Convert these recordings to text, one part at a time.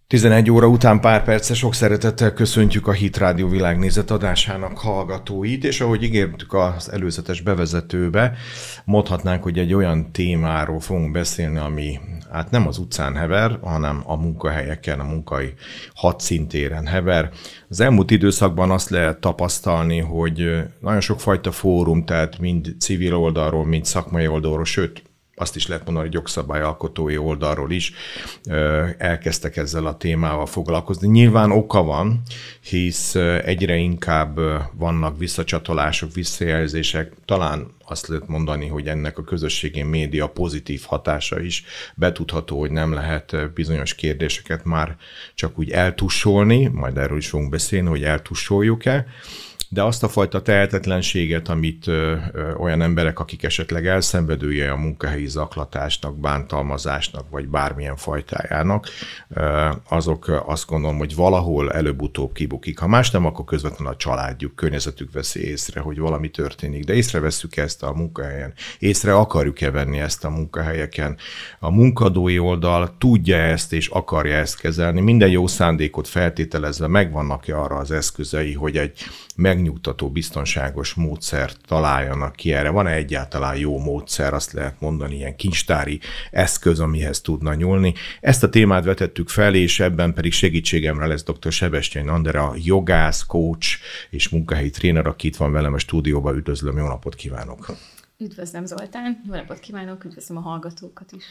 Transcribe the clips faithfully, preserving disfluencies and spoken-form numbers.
tizenegy óra után pár perce sok szeretettel köszöntjük a Hit Rádió világnézet adásának hallgatóit, és ahogy ígértük az előzetes bevezetőbe, mondhatnánk, hogy egy olyan témáról fogunk beszélni, ami hát nem az utcán hever, hanem a munkahelyeken, a munkai hadszintéren hever. Az elmúlt időszakban azt lehet tapasztalni, hogy nagyon sokfajta fórum, tehát mind civil oldalról, mind szakmai oldalról, sőt, azt is lehet mondani, hogy jogszabályalkotói oldalról is elkezdtek ezzel a témával foglalkozni. Nyilván oka van, hisz egyre inkább vannak visszacsatolások, visszajelzések, talán azt lehet mondani, hogy ennek a közösségi média pozitív hatása is betudható, hogy nem lehet bizonyos kérdéseket már csak úgy eltussolni, majd erről is fogunk beszélni, hogy eltussoljuk-e, de azt a fajta tehetetlenséget, amit ö, ö, olyan emberek, akik esetleg elszenvedője a munkahelyi zaklatásnak, bántalmazásnak, vagy bármilyen fajtájának, ö, azok azt gondolom, hogy valahol előbb-utóbb kibukik. Ha más nem, akkor közvetlenül a családjuk, környezetük veszi észre, hogy valami történik, de észrevesszük ezt a munkahelyen. Észre akarjuk-e venni ezt a munkahelyeken? A munkadói oldal tudja ezt, és akarja ezt kezelni. Minden jó szándékot feltételezve megvannak-e arra az eszközei, hogy egy megnyugtató, biztonságos módszert találjanak ki erre. Van-e egyáltalán jó módszer, azt lehet mondani, ilyen kincstári eszköz, amihez tudna nyúlni. Ezt a témát vetettük fel, és ebben pedig segítségemre lesz dr. Sebestyén Andrea, jogász, coach és munkahelyi tréner, aki itt van velem a stúdióban. Üdvözlöm, jó napot kívánok! Üdvözlöm Zoltán, jó napot kívánok, üdvözlöm a hallgatókat is!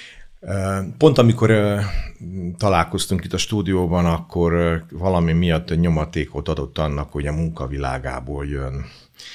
Pont amikor uh, találkoztunk itt a stúdióban, akkor uh, valami miatt nyomatékot adott annak, hogy a munkavilágából jön.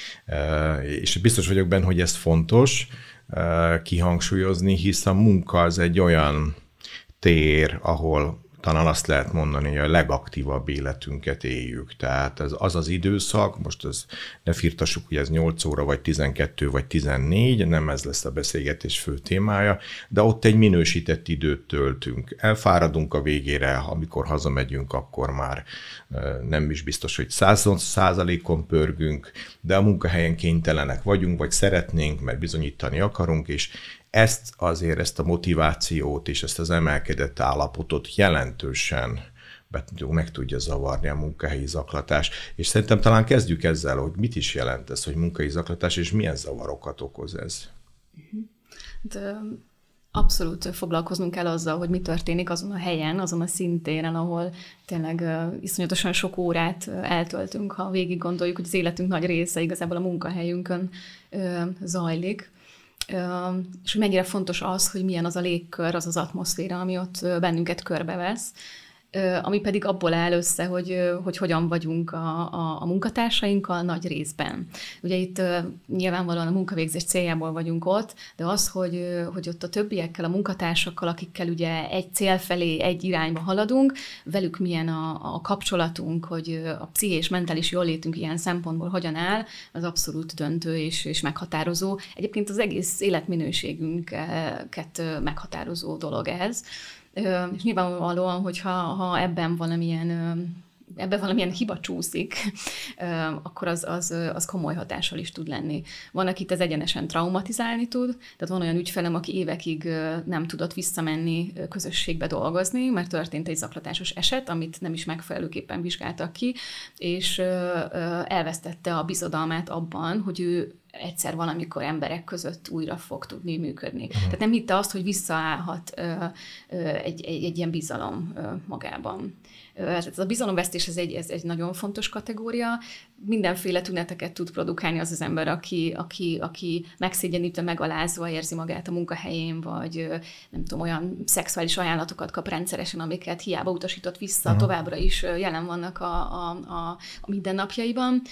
Uh, és biztos vagyok benne, hogy ez fontos uh, kihangsúlyozni, hisz a munka az egy olyan tér, ahol talán azt lehet mondani, hogy a legaktívabb életünket éljük. Tehát ez az az időszak, most ez, ne firtassuk, hogy ez nyolc óra, vagy tizenkettő, vagy tizennégy, nem ez lesz a beszélgetés fő témája, de ott egy minősített időt töltünk. Elfáradunk a végére, amikor hazamegyünk, akkor már nem is biztos, hogy száz százalékon pörgünk, de a munkahelyen kénytelenek vagyunk, vagy szeretnénk, mert bizonyítani akarunk, és ezt azért, ezt a motivációt és ezt az emelkedett állapotot jelentősen meg tudja zavarni a munkahelyi zaklatás. És szerintem talán kezdjük ezzel, hogy mit is jelent ez, hogy munkahelyi zaklatás, és milyen zavarokat okoz ez. De abszolút foglalkoznunk kell azzal, hogy mi történik azon a helyen, azon a szintéren, ahol tényleg uh, iszonyatosan sok órát uh, eltöltünk, ha végig gondoljuk, hogy az életünk nagy része igazából a munkahelyünkön uh, zajlik. Uh, és hogy mennyire fontos az, hogy milyen az a légkör, az az atmoszféra, ami ott uh, bennünket körbevesz, uh, ami pedig abból áll össze, hogy, uh, hogy hogyan vagyunk a, a, a munkatársainkkal nagy részben. Ugye itt uh, nyilvánvalóan a munkavégzés céljából vagyunk ott, de az, hogy, uh, hogy ott a többiekkel, a munkatársakkal, akikkel ugye egy cél felé, egy irányba haladunk, velük milyen a, a kapcsolatunk, hogy uh, a pszichés, mentális jólétünk ilyen szempontból hogyan áll, az abszolút döntő és, és meghatározó. Egyébként az egész életminőségünket meghatározó dolog ez. És nyilvánvalóan, hogyha ha ebben valamilyen, ebben valamilyen hiba csúszik, akkor az, az, az komoly hatással is tud lenni. Van, akit ez egyenesen traumatizálni tud, tehát van olyan ügyfelem, aki évekig nem tudott visszamenni közösségbe dolgozni, mert történt egy zaklatásos eset, amit nem is megfelelőképpen vizsgáltak ki, és elvesztette a bizodalmát abban, hogy ő egyszer valamikor emberek között újra fog tudni működni. Uh-huh. Tehát nem hitte azt, hogy visszaállhat ö, ö, egy, egy, egy ilyen bizalom ö, magában. Ez a bizalomvesztés ez egy, ez egy nagyon fontos kategória. Mindenféle tüneteket tud produkálni az az ember, aki, aki, aki megszégyenítve, megalázva érzi magát a munkahelyén, vagy nem tudom, olyan szexuális ajánlatokat kap rendszeresen, amiket hiába utasított vissza, uh-huh. továbbra is jelen vannak a, a, a, a mindennapjaiban.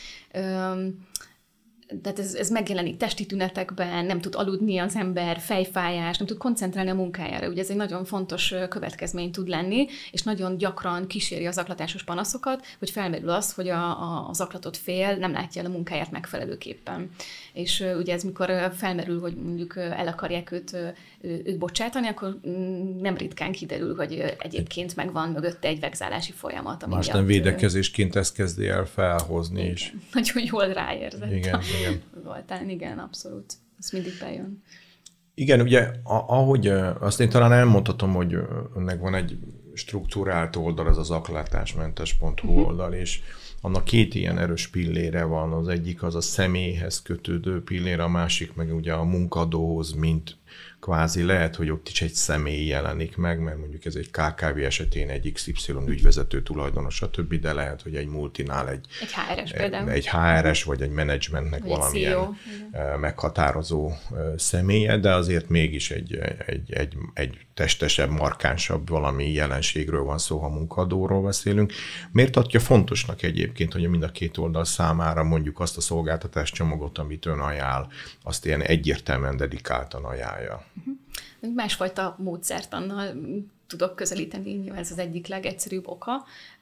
Tehát ez, ez megjelenik testi tünetekben, nem tud aludni az ember, fejfájás, nem tud koncentrálni a munkájára. Ugye ez egy nagyon fontos következmény tud lenni, és nagyon gyakran kíséri a zaklatásos panaszokat, hogy felmerül az, hogy a, a, a zaklatott fél nem látja el a munkáját megfelelőképpen. És ugye ez mikor felmerül, hogy mondjuk el akarják őt, őt bocsátani, akkor nem ritkán kiderül, hogy egyébként megvan mögötte egy vegzálási folyamat. Más nem védekezésként ezt kezdi el felhozni igen. is. Nagyon jól ráérzett. Igen, igen. Voltál, igen, abszolút. Ez mindig bejön. Igen, ugye, ahogy azt én talán elmondhatom, hogy ennek van egy struktúrált oldal, az az aklatásmentes pont hu uh-huh. oldal, és annak két ilyen erős pillére van, az egyik az a személyhez kötődő pillér, a másik meg ugye a munkadóhoz, mint kvázi lehet, hogy ott is egy személy jelenik meg, mert mondjuk ez egy ká ká vé esetén egy iksz ipszilon ügyvezető tulajdonos, stb., de lehet, hogy egy multinál egy, egy há er es például. Egy há er es vagy egy menedzsmentnek vagy valamilyen egy meghatározó személye, de azért mégis egy, egy, egy, egy testesebb, markánsabb valami jelenségről van szó, ha munkadóról beszélünk. Miért tartja fontosnak egyébként, hogy mind a két oldal számára mondjuk azt a szolgáltatás csomagot, amit ön ajánl, azt ilyen egyértelműen dedikáltan ajánlja? Uh-huh. Másfajta módszertannal tudok közelíteni, nyilván ez az egyik legegyszerűbb oka.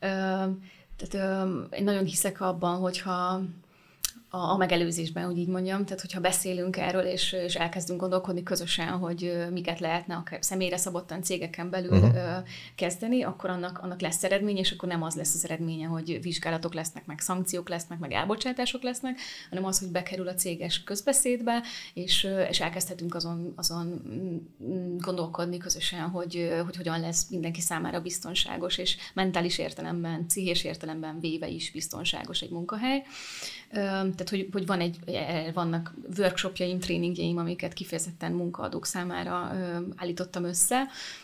Tehát én nagyon hiszek abban, hogyha a, a megelőzésben, hogy így mondjam, tehát hogyha beszélünk erről, és, és elkezdünk gondolkodni közösen, hogy miket lehetne akár személyre szabottan cégeken belül uh-huh. kezdeni, akkor annak, annak lesz eredménye, és akkor nem az lesz az eredménye, hogy vizsgálatok lesznek, meg szankciók lesznek, meg elbocsátások lesznek, hanem az, hogy bekerül a céges közbeszédbe, és, és elkezdhetünk azon, azon gondolkodni közösen, hogy, hogy hogyan lesz mindenki számára biztonságos, és mentális értelemben, pszichés értelemben véve is biztonságos egy munkahely. Tehát, hogy, hogy van egy, vannak workshopjaim, tréningjeim, amiket kifejezetten munkaadók számára ö, állítottam össze.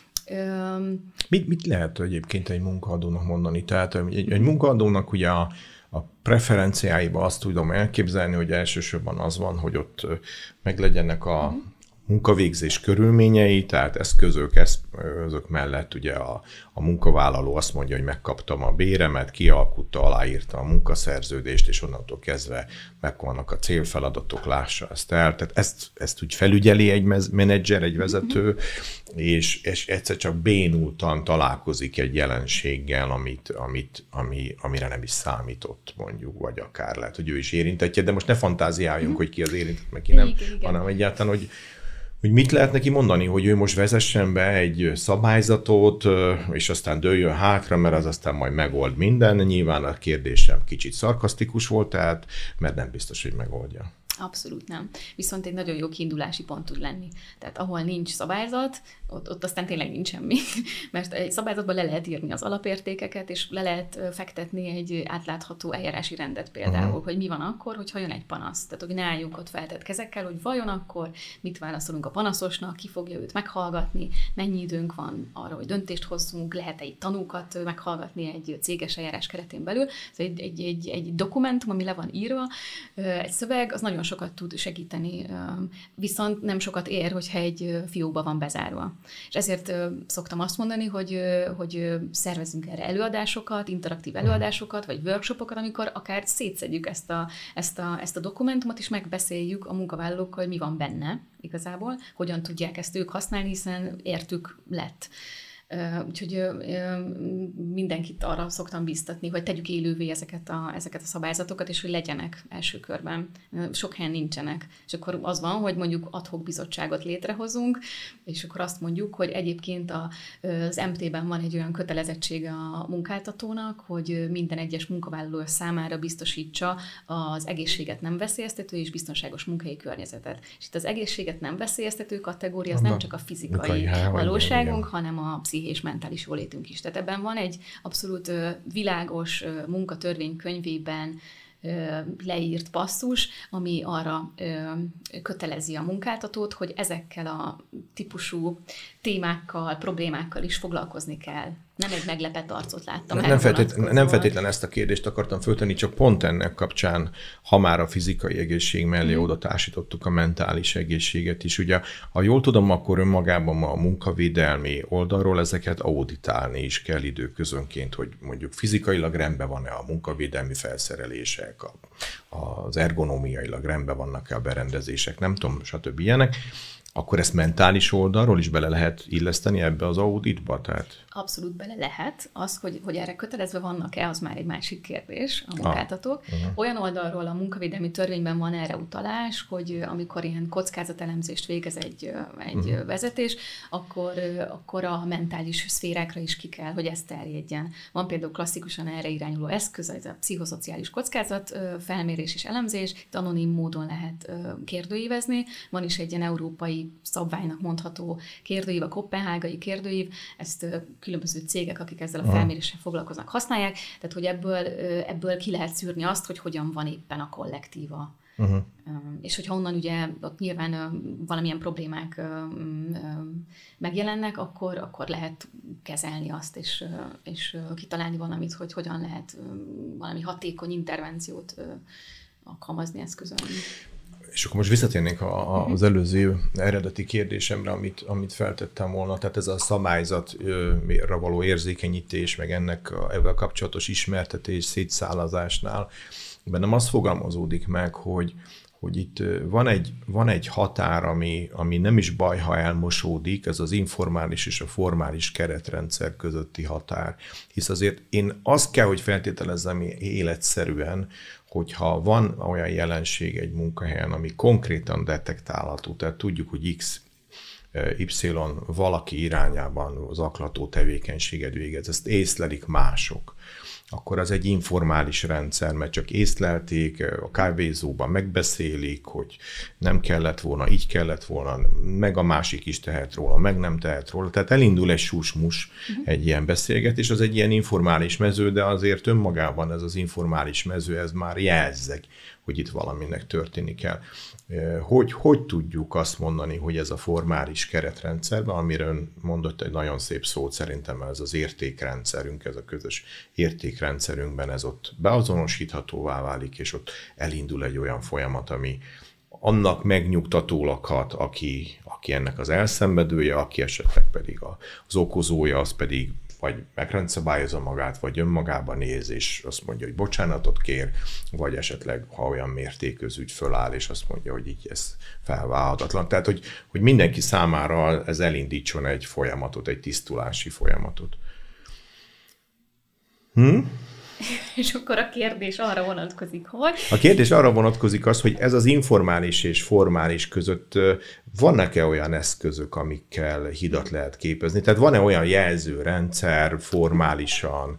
Ö, mit, mit lehet egyébként egy munkaadónak mondani? Tehát egy, egy munkaadónak ugye a, a preferenciáiba azt tudom elképzelni, hogy elsősorban az van, hogy ott meglegyenek a uh-huh. munkavégzés körülményei, tehát eszközök, eszközök mellett ugye a, a munkavállaló azt mondja, hogy megkaptam a béremet, kialkutta, aláírta a munkaszerződést, és onnantól kezdve megvannak a célfeladatok, lássa ezt el. Tehát ezt, ezt úgy felügyeli egy menedzser, egy vezető, és, és egyszer csak bénultan találkozik egy jelenséggel, amit, amit, ami, amire nem is számított mondjuk, vagy akár lehet, hogy ő is érintettje, de most ne fantáziáljunk, hogy ki az érintett, meg ki nem, igen, hanem egyáltalán, hogy hogy mit lehet neki mondani, hogy ő most vezessen be egy szabályzatot, és aztán dőljön hátra, mert az aztán majd megold minden. Nyilván a kérdésem kicsit szarkasztikus volt, tehát, mert nem biztos, hogy megoldja. Abszolút nem. Viszont egy nagyon jó kiindulási pont tud lenni. Tehát ahol nincs szabályzat, ott, ott aztán tényleg nincs semmi. Mert egy szabályzatban le lehet írni az alapértékeket, és le lehet fektetni egy átlátható eljárási rendet például, uh-huh. hogy mi van akkor, hogyha jön egy panasz. Tehát, hogy ne álljunk ott feltett kezekkel, hogy vajon akkor mit válaszolunk a panaszosnak, ki fogja őt meghallgatni, mennyi időnk van arra, hogy döntést hozzunk, lehet-e itt tanúkat meghallgatni egy céges eljárás keretén belül. Szóval egy, egy, egy, egy dokumentum, ami le van írva, egy szöveg, az nagyon sokat tud segíteni, viszont nem sokat ér, hogyha egy fiókba van bezárva. És ezért szoktam azt mondani, hogy, hogy szervezünk erre előadásokat, interaktív előadásokat, vagy workshopokat, amikor akár szétszedjük ezt a, ezt a, ezt a dokumentumot, és megbeszéljük a munkavállalókkal, hogy mi van benne igazából, hogyan tudják ezt ők használni, hiszen értük lett. Úgyhogy mindenkit arra szoktam bíztatni, hogy tegyük élővé ezeket a, ezeket a szabályzatokat, és hogy legyenek első körben. Sok helyen nincsenek. És akkor az van, hogy mondjuk ad hoc bizottságot létrehozunk, és akkor azt mondjuk, hogy egyébként a, az em té-ben van egy olyan kötelezettsége a munkáltatónak, hogy minden egyes munkavállaló számára biztosítsa az egészséget nem veszélyeztető és biztonságos munkahelyi környezetet. És itt az egészséget nem veszélyeztető kategória, az nem csak a fizikai valóságunk, hanem a és mentális jólétünk is. Tehát ebben van egy abszolút világos munkatörvénykönyvében leírt passzus, ami arra kötelezi a munkáltatót, hogy ezekkel a típusú témákkal, problémákkal is foglalkozni kell. Nem egy meglepett arcot láttam. Nem, feltétlen, nem feltétlen ezt a kérdést akartam föltenni, csak pont ennek kapcsán, ha már a fizikai egészség mellé mm. oda társítottuk a mentális egészséget is. Ugye, ha jól tudom, akkor önmagában a munkavédelmi oldalról ezeket auditálni is kell időközönként, hogy mondjuk fizikailag rendben van-e a munkavédelmi felszerelések, a, az ergonómiailag rendben vannak-e a berendezések, nem tudom, stb. Ilyenek. Akkor ezt mentális oldalról is bele lehet illeszteni ebbe az auditba? Tehát... Abszolút bele lehet. Az, hogy, hogy erre kötelezve vannak-e, az már egy másik kérdés, a munkáltatók. Ah, uh-huh. Olyan oldalról a munkavédelmi törvényben van erre utalás, hogy amikor ilyen kockázatelemzést végez egy, egy uh-huh. vezetés, akkor, akkor a mentális szférákra is ki kell, hogy ez terjedjen. Van például klasszikusan erre irányuló eszköz, ez a pszichoszociális kockázat felmérés és elemzés, itt anonim módon lehet kérdőívezni. Van is egy ilyen európai európai szabválynak mondható kérdőív, a koppenhágai kérdőív, ezt különböző cégek, akik ezzel a felméréssel foglalkoznak, használják, tehát hogy ebből, ebből ki lehet szűrni azt, hogy hogyan van éppen a kollektíva. Uh-huh. És hogyha onnan ugye ott nyilván valamilyen problémák megjelennek, akkor, akkor lehet kezelni azt, és, és kitalálni valamit, hogy hogyan lehet valami hatékony intervenciót alkalmazni, eszközölni. És akkor most visszatérnénk a, a, az előző eredeti kérdésemre, amit, amit feltettem volna, tehát ez a szabályzatra való érzékenyítés, meg ennek a, ebben kapcsolatos ismertetés szétszálazásnál, bennem az fogalmazódik meg, hogy, hogy itt van egy, van egy határ, ami, ami nem is baj, ha elmosódik, ez az informális és a formális keretrendszer közötti határ. Hisz azért én azt kell, hogy feltételezzem életszerűen, hogyha van olyan jelenség egy munkahelyen, ami konkrétan detektálható, tehát tudjuk, hogy X, Y valaki irányában zaklató tevékenységet végez, ezt észlelik mások, akkor az egy informális rendszer, mert csak észlelték, a kávézóban megbeszélik, hogy nem kellett volna, így kellett volna, meg a másik is tehet róla, meg nem tehet róla. Tehát elindul egy susmus, uh-huh. egy ilyen beszélgetés, az egy ilyen informális mező, de azért önmagában ez az informális mező, ez már jelzeg, hogy itt valaminek történni kell. Hogy, hogy tudjuk azt mondani, hogy ez a formális keretrendszerben, amire ön mondott egy nagyon szép szót, szerintem ez az értékrendszerünk, ez a közös értékrendszerünkben ez ott beazonosíthatóvá válik, és ott elindul egy olyan folyamat, ami annak megnyugtatólag hat, aki, aki ennek az elszenvedője, aki esetleg pedig az okozója, az pedig vagy megrendszabályozza magát, vagy önmagában néz, és azt mondja, hogy bocsánatot kér, vagy esetleg, ha olyan mértékű az ügy föláll, és azt mondja, hogy így ez felválhatatlan. Tehát, hogy, hogy mindenki számára ez elindítson egy folyamatot, egy tisztulási folyamatot. Hm? És akkor a kérdés arra vonatkozik, hogy... A kérdés arra vonatkozik az, hogy ez az informális és formális között vannak-e olyan eszközök, amikkel hidat lehet képezni? Tehát van-e olyan jelzőrendszer formálisan,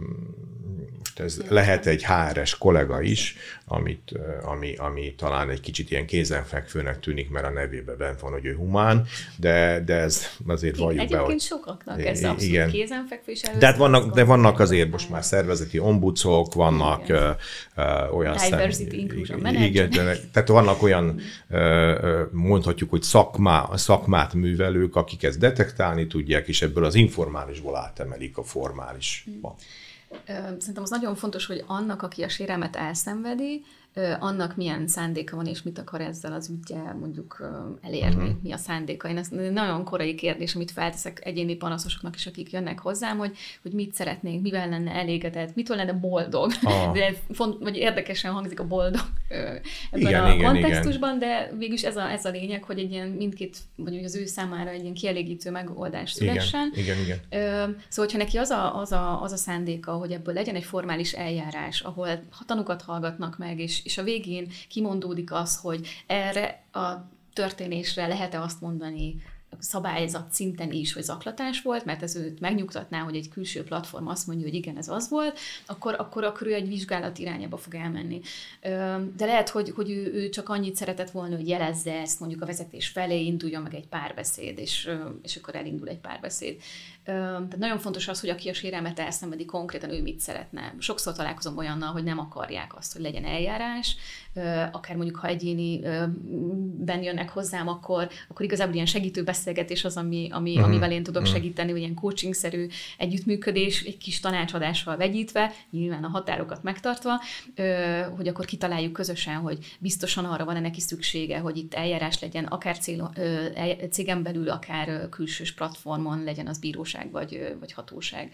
most ez lehet egy há er es kollega is, amit, ami, ami talán egy kicsit ilyen kézenfekvőnek tűnik, mert a nevében bent van, hogy ő humán, de, de ez azért valljuk be, hogy... Egyébként sokaknak ez abszolút igen. kézenfekvő is de, hát vannak, de vannak azért most már szervezeti ombudsok, vannak uh, uh, olyan... Diversity szem... Inclusion igen, de, tehát vannak olyan, uh, mondhatjuk, hogy szakmá, szakmát művelők, akik ezt detektálni tudják, és ebből az informálisból átemelik a formálisba. Szerintem az nagyon fontos, hogy annak, aki a sérelmet elszenvedi, annak milyen szándéka van, és mit akar ezzel az üggyel mondjuk elérni, uh-huh. mi a szándéka. Én ez nagyon korai kérdés, amit felteszek egyéni panaszosoknak is, akik jönnek hozzám, hogy, hogy mit szeretnénk, mivel lenne elégedett, mitől lenne boldog. Ah. De font, vagy érdekesen hangzik a boldog ebben igen, a igen, kontextusban, igen. de végülis ez a, ez a lényeg, hogy egy ilyen mindkét, vagy az ő számára egy ilyen kielégítő megoldás szülessen. Igen, igen, igen. Szóval, hogyha neki az a, az, a, az a szándéka, hogy ebből legyen egy formális eljárás, ahol tanukat hallgatnak meg, és és a végén kimondódik az, hogy erre a történésre lehet-e azt mondani szabályzat szinten is, hogy zaklatás volt, mert ez őt megnyugtatná, hogy egy külső platform azt mondja, hogy igen, ez az volt, akkor, akkor, akkor ő egy vizsgálat irányába fog elmenni. De lehet, hogy, hogy ő, ő csak annyit szeretett volna, hogy jelezze ezt mondjuk a vezetés felé, induljon meg egy párbeszéd, és, és akkor elindul egy párbeszéd. Tehát nagyon fontos az, hogy aki a sérelmet elszenvedi, konkrétan ő mit szeretne. Sokszor találkozom olyannal, hogy nem akarják azt, hogy legyen eljárás, akár mondjuk, ha egyéniben jönnek hozzám, akkor, akkor igazából ilyen segítő beszélgetés az, ami, ami, mm. amivel én tudok mm. segíteni, vagy ilyen coaching-szerű együttműködés, egy kis tanácsadással vegyítve, nyilván a határokat megtartva, hogy akkor kitaláljuk közösen, hogy biztosan arra van-e neki szüksége, hogy itt eljárás legyen, akár cél, cégen belül, akár külsős platformon legyen az bíróság vagy, vagy hatóság.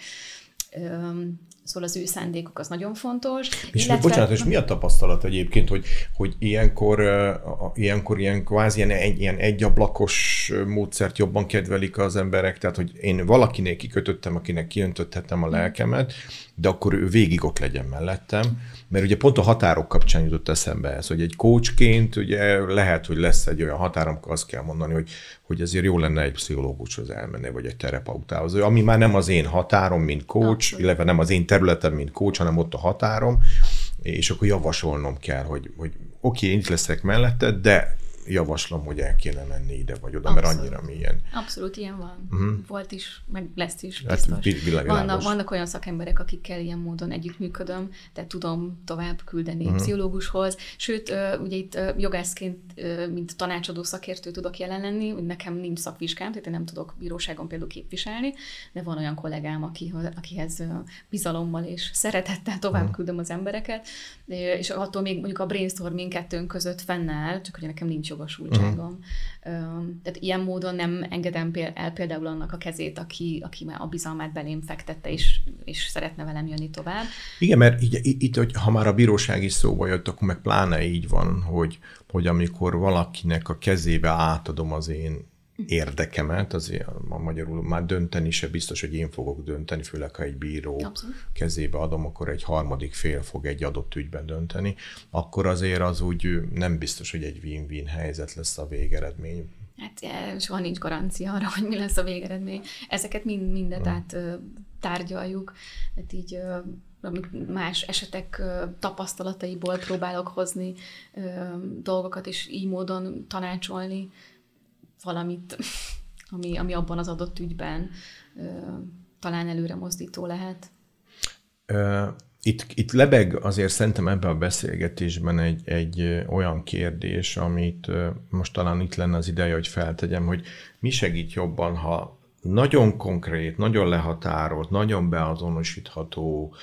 Szóval az ő szándékuk az nagyon fontos. És illetve... bocsánat, és mi a tapasztalat egyébként, hogy, hogy ilyenkor, uh, ilyenkor ilyen kvázi ilyen, egy, ilyen egyablakos módszert jobban kedvelik az emberek, tehát hogy én valakinél kikötöttem, akinek kiöntöttem a lelkemet, de akkor ő végig ott legyen mellettem, mert ugye pont a határok kapcsán jutott eszembe ez, hogy egy coachként ugye lehet, hogy lesz egy olyan határ, amikor azt kell mondani, hogy, hogy ezért jó lenne egy pszichológushoz elmenni, vagy egy terapeutához, ami már nem az én határom, mint coach, Abszolút. illetve nem az én területem, mint coach, hanem ott a határom, és akkor javasolnom kell, hogy, hogy oké, okay, én itt leszek mellette, de javaslom, hogy el kéne menni ide vagy oda, Abszolút. mert annyira mélyen. Abszolút ilyen van. Uh-huh. Volt is, meg lesz is, hát biztos. Világ, vannak, vannak olyan szakemberek, akikkel ilyen módon együttműködöm, tehát tudom tovább küldeni uh-huh. pszichológushoz. Sőt, ugye itt jogászként, mint tanácsadó szakértő tudok jelen lenni, hogy nekem nincs szakvizsgám, tehát én nem tudok bíróságon például képviselni, de van olyan kollégám, aki, akihez bizalommal és szeretettel tovább uh-huh. küldöm az embereket, és attól még mondjuk a brainstorming kettőnk között fennáll, csak hogy nekem nincs jogosultságom. Uh-huh. Tehát ilyen módon nem engedem el például annak a kezét, aki, aki már a bizalmát belém fektette, és, és szeretne velem jönni tovább. Igen, mert így, itt, hogy ha már a bíróság is szóba jött, akkor meg pláne így van, hogy, hogy amikor valakinek a kezébe átadom az én érdekemet, azért a magyarul már dönteni se biztos, hogy én fogok dönteni, főleg ha egy bíró Abszolút. kezébe adom, akkor egy harmadik fél fog egy adott ügyben dönteni, akkor azért az úgy nem biztos, hogy egy win-win helyzet lesz a végeredmény. Hát soha nincs garancia arra, hogy mi lesz a végeredmény. Ezeket mind, mindet hmm. át tárgyaljuk, tehát így más esetek tapasztalataiból próbálok hozni dolgokat, és így módon tanácsolni valamit, ami, ami abban az adott ügyben ö, talán előre mozdító lehet. Itt, itt lebeg azért szerintem ebben a beszélgetésben egy, egy olyan kérdés, amit most talán itt lenne az ideje, hogy feltegyem, hogy mi segít jobban, ha nagyon konkrét, nagyon lehatárolt, nagyon beazonosítható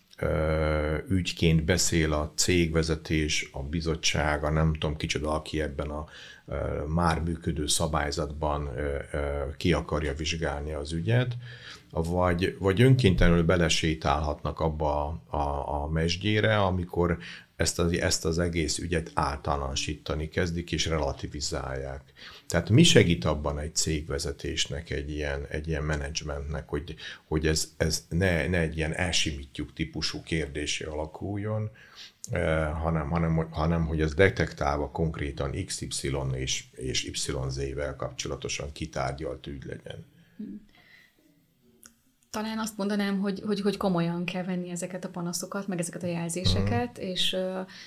ügyként beszél a cégvezetés, a bizottság, a nem tudom kicsoda, aki ebben a már működő szabályzatban ki akarja vizsgálni az ügyet, vagy, vagy önkéntelenül belesétálhatnak abba a, a, a mesdjére, amikor ezt az, ezt az egész ügyet általánosítani kezdik és relativizálják. Tehát mi segít abban egy cégvezetésnek, egy ilyen, egy ilyen menedzsmentnek, hogy, hogy ez, ez ne, ne egy ilyen elsimítjuk típusú kérdésé alakuljon, eh, hanem, hanem, hanem hogy ez detektálva konkrétan iksz ipszilon és, és Y Z-vel kapcsolatosan kitárgyalt ügy legyen. Talán azt mondanám, hogy, hogy, hogy komolyan kell venni ezeket a panaszokat, meg ezeket a jelzéseket, mm. és,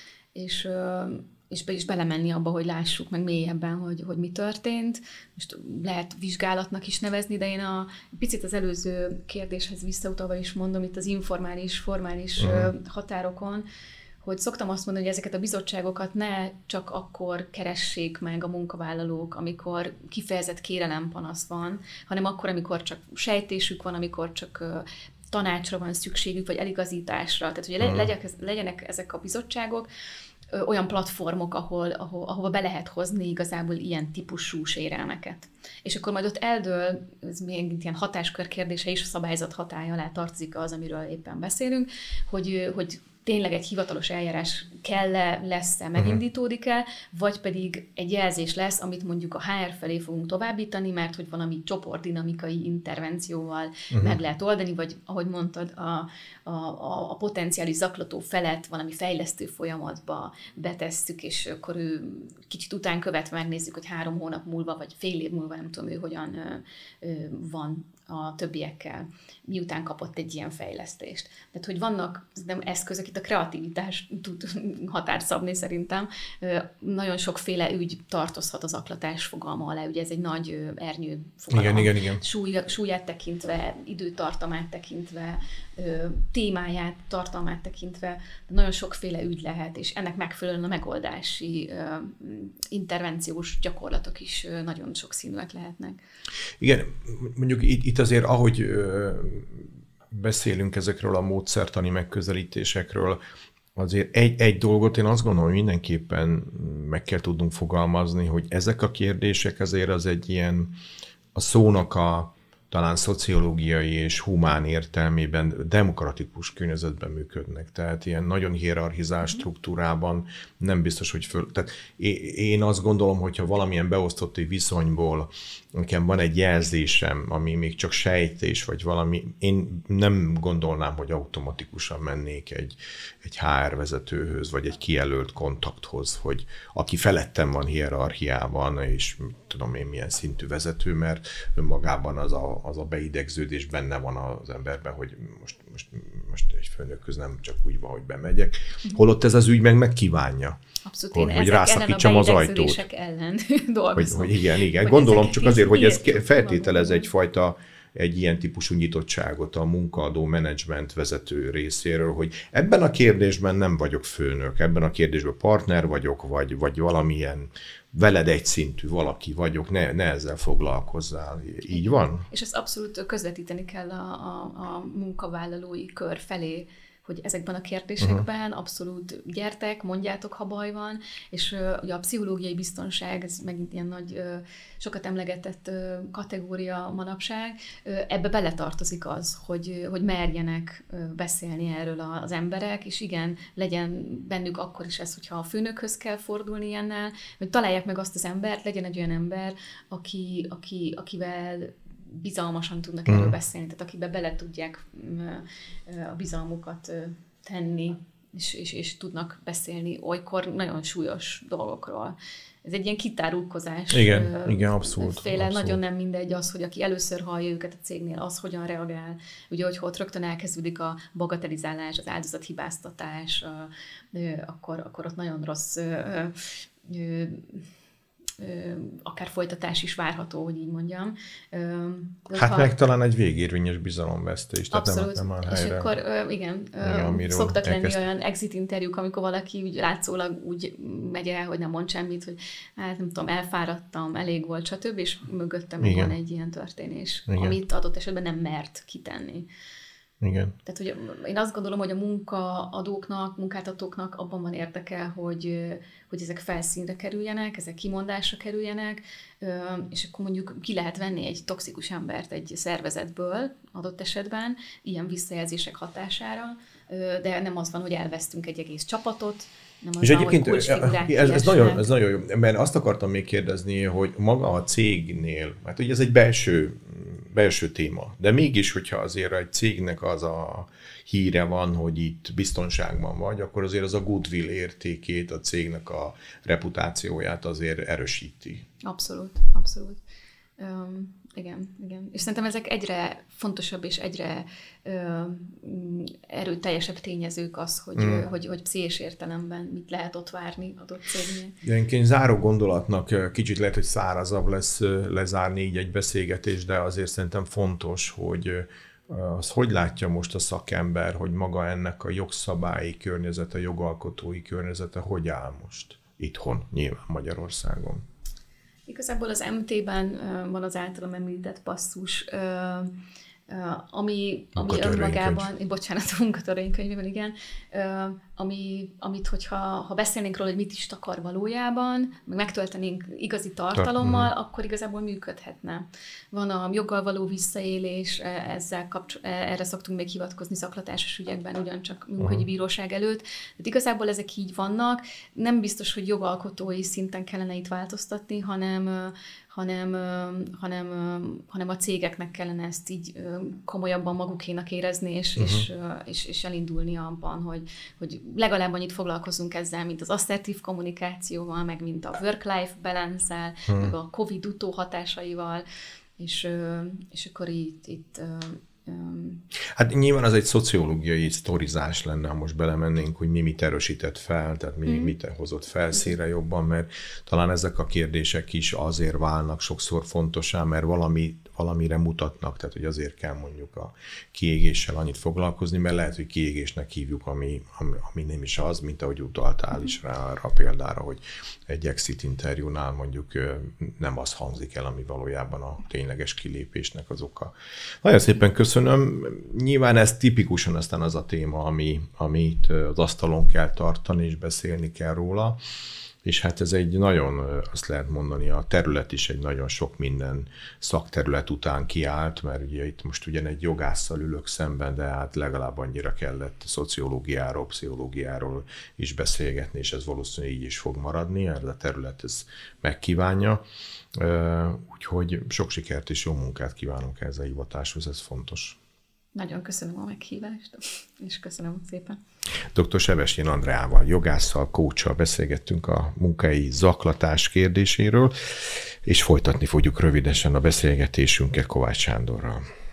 és, és be is belemenni abba, hogy lássuk meg mélyebben, hogy, hogy mi történt. Most lehet vizsgálatnak is nevezni, de én a picit az előző kérdéshez visszautalva is mondom, itt az informális, formális mm. határokon, hogy szoktam azt mondani, hogy ezeket a bizottságokat ne csak akkor keressék meg a munkavállalók, amikor kifejezett kérelempanasz van, hanem akkor, amikor csak sejtésük van, amikor csak tanácsra van szükségük, vagy eligazításra. Tehát, hogy legyenek, legyenek ezek a bizottságok olyan platformok, ahol, ahol, ahova be lehet hozni igazából ilyen típusú sérelmeket. És akkor majd ott eldől, ez még ilyen hatáskör kérdése is, a szabályzat hatálya alá tartozik az, amiről éppen beszélünk, hogy, hogy tényleg egy hivatalos eljárás kell-e, lesz-e, megindítódik-e, vagy pedig egy jelzés lesz, amit mondjuk a há er felé fogunk továbbítani, mert hogy valami csoportdinamikai intervencióval uh-huh. meg lehet oldani, vagy ahogy mondtad, a, a, a potenciális zaklató felet valami fejlesztő folyamatba betesszük, és akkor ő kicsit után követve megnézzük, hogy három hónap múlva, vagy fél év múlva, nem tudom ő hogyan ö, ö, van a többiekkel, miután kapott egy ilyen fejlesztést. Tehát, hogy vannak nem eszközök, itt a kreativitás tud határt szabni szerintem. Nagyon sokféle ügy tartozhat az zaklatás fogalma alá, ugye ez egy nagy ernyő fogalma. Igen, igen, igen. Súly, súlyát tekintve, időtartamát tekintve, témáját, tartalmát tekintve, nagyon sokféle ügy lehet, és ennek megfelelően a megoldási intervenciós gyakorlatok is nagyon sokszínűek lehetnek. Igen, mondjuk itt, itt azért, ahogy ö, beszélünk ezekről a módszertani megközelítésekről, azért egy, egy dolgot én azt gondolom, hogy mindenképpen meg kell tudnunk fogalmazni, hogy ezek a kérdések azért az egy ilyen a szónak a talán szociológiai és humán értelmében demokratikus környezetben működnek. Tehát ilyen nagyon hierarchizált struktúrában nem biztos, hogy föl... Tehát én azt gondolom, hogyha valamilyen beosztotti viszonyból nekem van egy jelzésem, ami még csak sejtés, vagy valami, én nem gondolnám, hogy automatikusan mennék egy, egy há er vezetőhöz, vagy egy kijelölt kontakthoz, hogy aki felettem van hierarchiában, és tudom én milyen szintű vezető, mert önmagában az a, az a beidegződés benne van az emberben, hogy most, most, most egy főnökhöz, nem csak úgy van, hogy bemegyek. Holott ez az ügy meg megkívánja. Abszolút, hogy, én hogy rászakítsam az ajtót. ellen dolgozom. Hogy, hogy igen, igen. Hogy gondolom csak azért, hogy ez feltételez egyfajta egy ilyen típusú nyitottságot a munkaadó menedzsment vezető részéről, hogy ebben a kérdésben nem vagyok főnök, ebben a kérdésben partner vagyok, vagy, vagy valamilyen veled egyszintű valaki vagyok, ne, ne ezzel foglalkozzál. Így van? És ezt abszolút közvetíteni kell a, a, a munkavállalói kör felé, hogy ezekben a kérdésekben uh-huh. abszolút gyertek, mondjátok, ha baj van, és uh, ugye a pszichológiai biztonság, ez megint ilyen nagy, uh, sokat emlegetett uh, kategória manapság, uh, ebbe beletartozik az, hogy, hogy merjenek uh, beszélni erről az emberek, és igen, legyen bennük akkor is ez, hogyha a főnökhöz kell fordulni ilyennel, hogy találják meg azt az embert, legyen egy olyan ember, aki, aki, akivel bizalmasan tudnak erről mm. beszélni, tehát akibe bele tudják a bizalmukat tenni, és, és, és tudnak beszélni olykor nagyon súlyos dolgokról. Ez egy ilyen kitárulkozás. Igen, uh, igen, abszolút. Féle abszolút. Nagyon nem mindegy az, hogy aki először hallja őket a cégnél, az hogyan reagál. Ugye, hogy ott rögtön elkezdődik a bagatelizálás, az áldozathibáztatás, uh, uh, akkor, akkor ott nagyon rossz uh, uh, akár folytatás is várható, hogy így mondjam. De hát ha... meg talán egy végérvényes bizalomvesztés. Abszolút. Nem, nem és akkor igen, igen szoktak lenni olyan exit interjúk, amikor valaki úgy látszólag úgy megy el, hogy nem mond semmit, hogy hát nem tudom, elfáradtam, elég volt, stb. És mögöttem van egy ilyen történés, igen. amit adott esetben nem mert kitenni. Igen. Tehát, hogy én azt gondolom, hogy a munkaadóknak, munkáltatóknak abban van érdeke, hogy, hogy ezek felszínre kerüljenek, ezek kimondásra kerüljenek, és akkor mondjuk ki lehet venni egy toxikus embert egy szervezetből adott esetben, ilyen visszajelzések hatására, de nem az van, hogy elvesztünk egy egész csapatot, nem az és van, egyébként hogy ez, ez, nagyon, ez nagyon jó, mert azt akartam még kérdezni, hogy maga a cégnél, mert ugye ez egy belső, belső téma, de mégis, hogyha azért egy cégnek az a híre van, hogy itt biztonságban vagy, akkor azért az a goodwill értékét, a cégnek a reputációját azért erősíti. Abszolút, abszolút. Um, igen, igen. És szerintem ezek egyre fontosabb és egyre ö, erőteljesebb tényezők az, hogy, mm. hogy, hogy pszichés értelemben mit lehet ott várni adott cégnél. Ilyenként záró gondolatnak kicsit lehet, hogy szárazabb lesz lezárni így egy beszélgetés, de azért szerintem fontos, hogy az hogy látja most a szakember, hogy maga ennek a jogszabályi környezete, jogalkotói környezete hogy áll most itthon, nyilván Magyarországon. Igazából az em té-ben uh, van az általam említett passzus, uh, uh, ami, ami önmagában, bocsánat, a munkatörvénykönyvében, igen, uh, ami, amit, hogyha ha beszélnénk róla, hogy mit is takar valójában, meg megtöltenénk igazi tartalommal, Tart, akkor igazából működhetne. Van a joggal való visszaélés, ezzel kapcsol- erre szoktunk még hivatkozni zaklatásos ügyekben, ugyancsak munkahogyi bíróság előtt. Tehát igazából ezek így vannak. Nem biztos, hogy jogalkotói szinten kellene itt változtatni, hanem, hanem, hanem, hanem a cégeknek kellene ezt így komolyabban magukénak érezni, és, uh-huh. és, és, és elindulni abban, hogy, hogy legalább annyit foglalkozunk ezzel, mint az asszertív kommunikációval, meg mint a work-life balance-el, uh-huh. meg a Covid utóhatásaival, és, és akkor itt, itt hát nyilván az egy szociológiai sztorizás lenne, ha most belemennénk, hogy mi mit erősített fel, tehát mi mm. mit hozott felszínre jobban, mert talán ezek a kérdések is azért válnak sokszor fontosá, mert valami, valamire mutatnak, tehát hogy azért kell mondjuk a kiégéssel annyit foglalkozni, mert lehet, hogy kiégésnek hívjuk, ami, ami, ami nem is az, mint ahogy utaltál is rá arra a példára, hogy egy exit interjúnál mondjuk nem az hangzik el, ami valójában a tényleges kilépésnek az oka. Nagyon szépen köszönöm. Nyilván ez tipikusan aztán az a téma, ami, amit az asztalon kell tartani, és beszélni kell róla, és hát ez egy nagyon, azt lehet mondani, a terület is egy nagyon sok minden szakterület után kiállt, mert ugye itt most ugyan egy jogásszal ülök szemben, de hát legalább annyira kellett szociológiáról, pszichológiáról is beszélgetni, és ez valószínűleg így is fog maradni, ez a terület ez megkívánja. Úgyhogy sok sikert és jó munkát kívánunk ehhez a hivatáshoz, ez fontos. Nagyon köszönöm a meghívást, és köszönöm szépen. doktor Sebestyén Andreával, jogásszal, coachsal beszélgettünk a munkai zaklatás kérdéséről, és folytatni fogjuk rövidesen a beszélgetésünket Kovács Sándorral.